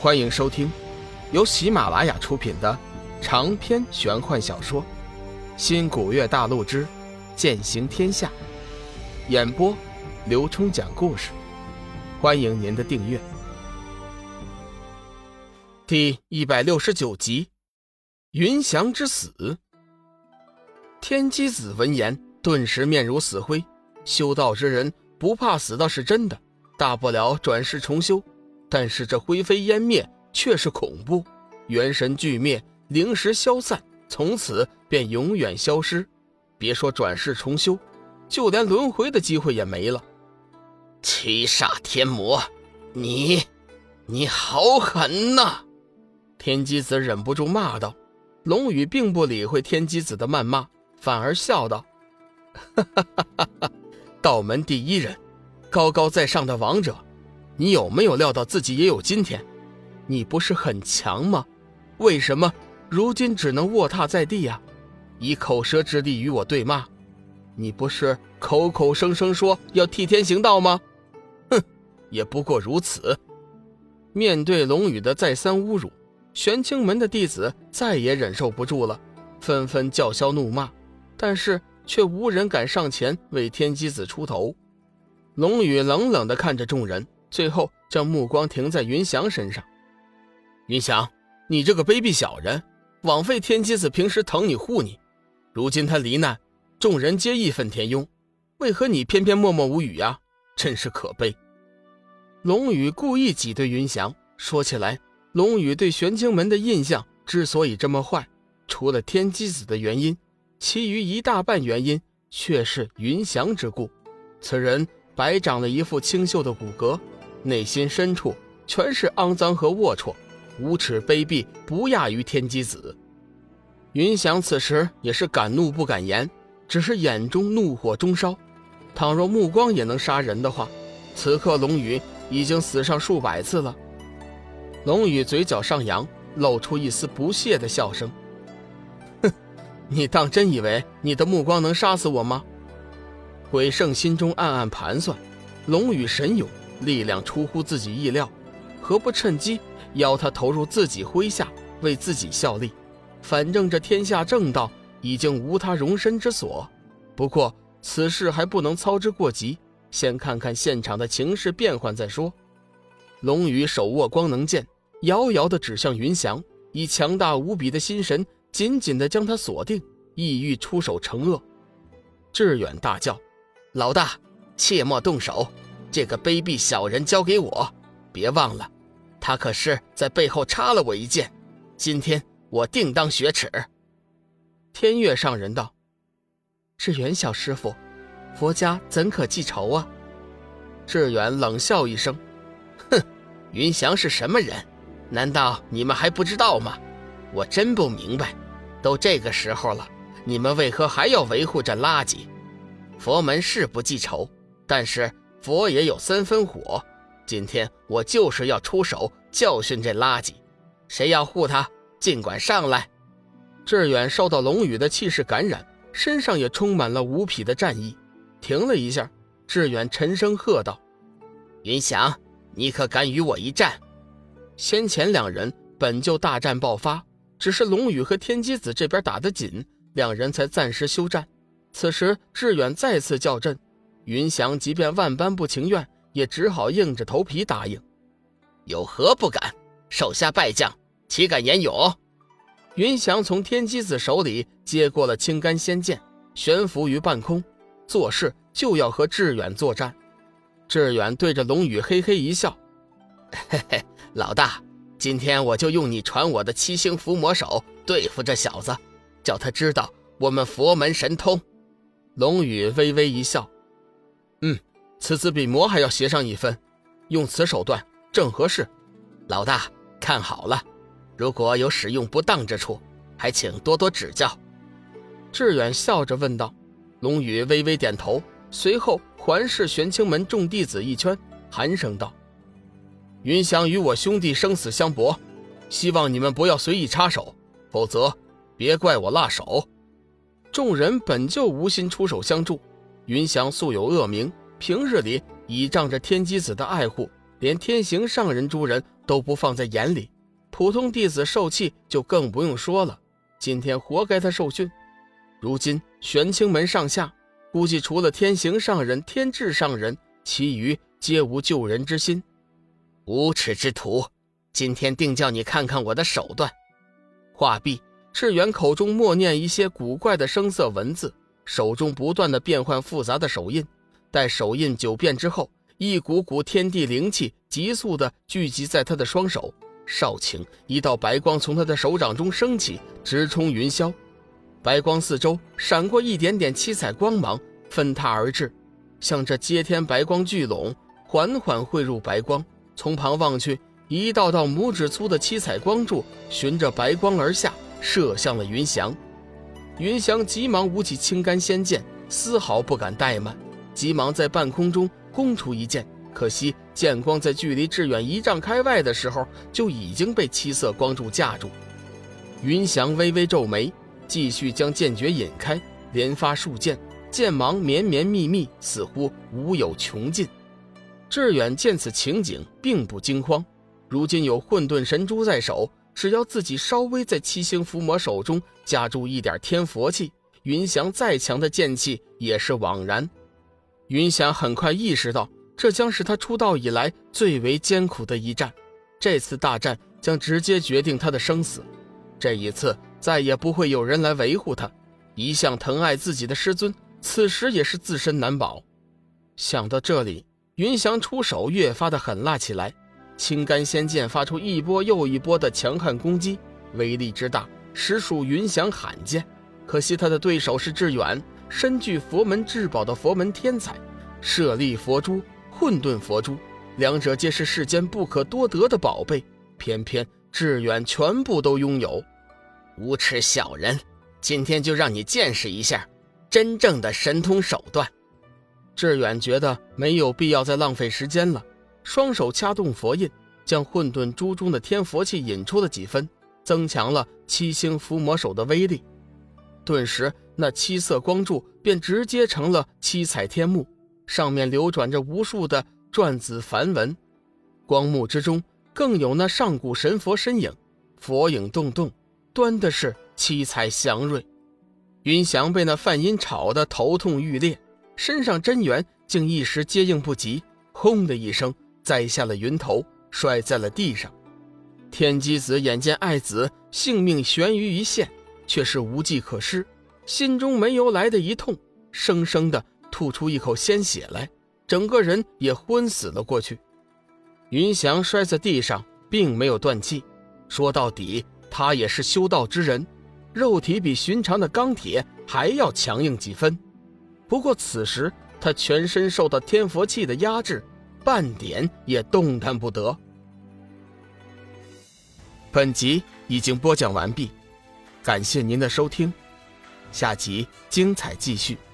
欢迎收听由喜马拉雅出品的长篇玄幻小说《新古月大陆之剑行天下》，演播刘冲讲故事。欢迎您的订阅。第169集，云翔之死。天机子闻言顿时面如死灰，修道之人不怕死倒是真的，大不了转世重修，但是这灰飞烟灭却是恐怖，元神俱灭，灵石消散，从此便永远消失，别说转世重修，就连轮回的机会也没了。 七煞天魔，你好狠呐！ 天机子忍不住骂道。龙宇并不理会天机子的谩骂，反而笑道：哈哈哈哈哈，道门第一人，高高在上的王者，你有没有料到自己也有今天？你不是很强吗？为什么如今只能卧榻在地啊？以口舌之力与我对骂，你不是口口声声说要替天行道吗？哼，也不过如此。面对龙宇的再三侮辱，玄清门的弟子再也忍受不住了，纷纷叫嚣怒骂，但是却无人敢上前为天机子出头。龙宇冷冷地看着众人，最后将目光停在云翔身上。云翔，你这个卑鄙小人，枉费天机子平时疼你护你，如今他罹难，众人皆义愤填膺，为何你偏偏默默无语呀？真是可悲。龙宇故意挤兑云翔，说起来，龙宇对玄清门的印象之所以这么坏，除了天机子的原因，其余一大半原因却是云翔之故。此人白长了一副清秀的骨骼，内心深处全是肮脏和龌龊，无耻卑鄙，不亚于天机子。云翔此时也是敢怒不敢言，只是眼中怒火中烧。倘若目光也能杀人的话，此刻龙宇已经死上数百次了。龙宇嘴角上扬，露出一丝不屑的笑声。哼，你当真以为你的目光能杀死我吗？鬼圣心中暗暗盘算，龙宇神勇，力量出乎自己意料，何不趁机邀他投入自己麾下，为自己效力？反正这天下正道已经无他容身之所。不过此事还不能操之过急，先看看现场的情势变幻再说。龙宇手握光能剑，遥遥地指向云翔，以强大无比的心神紧紧地将他锁定，意欲出手惩恶。志远大叫：老大，切莫动手，这个卑鄙小人交给我，别忘了他可是在背后插了我一剑，今天我定当雪耻。天月上人道：志远小师傅，佛家怎可记仇啊？志远冷笑一声：哼，云翔是什么人？难道你们还不知道吗？我真不明白，都这个时候了，你们为何还要维护这垃圾？佛门是不记仇，但是佛也有三分火，今天我就是要出手教训这垃圾，谁要护他尽管上来。志远受到龙宇的气势感染，身上也充满了无匹的战意。停了一下，志远沉声喝道：云翔，你可敢与我一战？先前两人本就大战爆发，只是龙宇和天机子这边打得紧，两人才暂时休战。此时志远再次叫阵，云翔即便万般不情愿，也只好硬着头皮答应。有何不敢？手下败将，岂敢言勇？云翔从天机子手里接过了青干仙剑，悬浮于半空，作势就要和志远作战。志远对着龙宇嘿嘿一笑：嘿嘿，老大，今天我就用你传我的七星伏魔手对付这小子，叫他知道我们佛门神通。龙宇微微一笑：此次比魔还要邪上一分，用此手段正合适。老大看好了，如果有使用不当之处，还请多多指教。志远笑着问道。龙宇微微点头，随后环视玄清门众弟子一圈，寒声道：云翔与我兄弟生死相搏，希望你们不要随意插手，否则别怪我辣手。众人本就无心出手相助，云翔素有恶名，平日里倚仗着天机子的爱护，连天行上人诸人都不放在眼里，普通弟子受气就更不用说了，今天活该他受训。如今玄清门上下估计除了天行上人、天智上人，其余皆无救人之心。 无耻之徒，今天定叫你看看我的手段。 话毕，智远口中默念一些古怪的声色文字，手中不断的变换复杂的手印。待手印久变之后，一股股天地灵气急速地聚集在他的双手。少顷，一道白光从他的手掌中升起，直冲云霄。白光四周闪过一点点七彩光芒，分踏而至，向这接天白光聚拢，缓缓汇入白光。从旁望去，一道道拇指粗的七彩光柱循着白光而下，射向了云翔。云翔急忙舞起青干仙剑，丝毫不敢怠慢，急忙在半空中攻出一剑。可惜剑光在距离志远1丈开外的时候，就已经被七色光柱架住。云翔微微皱眉，继续将剑诀引开，连发数剑，剑芒绵绵密密，似乎无有穷尽。志远见此情景，并不惊慌。如今有混沌神珠在手，只要自己稍微在七星伏魔手中加注一点天佛气，云翔再强的剑气也是枉然。云翔很快意识到，这将是他出道以来最为艰苦的一战，这次大战将直接决定他的生死。这一次再也不会有人来维护他，一向疼爱自己的师尊，此时也是自身难保。想到这里，云翔出手越发的狠辣起来，青干仙剑发出一波又一波的强悍攻击，威力之大，实属云翔罕见。可惜他的对手是志远，身具佛门至宝的佛门天才，舍利佛珠、混沌佛珠，两者皆是世间不可多得的宝贝，偏偏志远全部都拥有。 无耻小人，今天就让你见识一下真正的神通手段。 志远觉得没有必要再浪费时间了，双手掐动佛印，将混沌珠中的天佛气引出了几分，增强了七星伏魔手的威力。顿时那七色光柱便直接成了七彩天幕，上面流转着无数的篆字梵文，光幕之中更有那上古神佛身影，佛影动动，端的是七彩祥瑞。云翔被那梵音吵得头痛欲裂，身上真元竟一时接应不及，轰的一声栽下了云头，摔在了地上。天机子眼见爱子性命悬于一线，却是无计可施，心中没由来的一痛，生生的吐出一口鲜血来，整个人也昏死了过去。云翔摔在地上，并没有断气，说到底他也是修道之人，肉体比寻常的钢铁还要强硬几分。不过此时他全身受到天佛气的压制，半点也动弹不得。本集已经播讲完毕，感谢您的收听，下集精彩继续。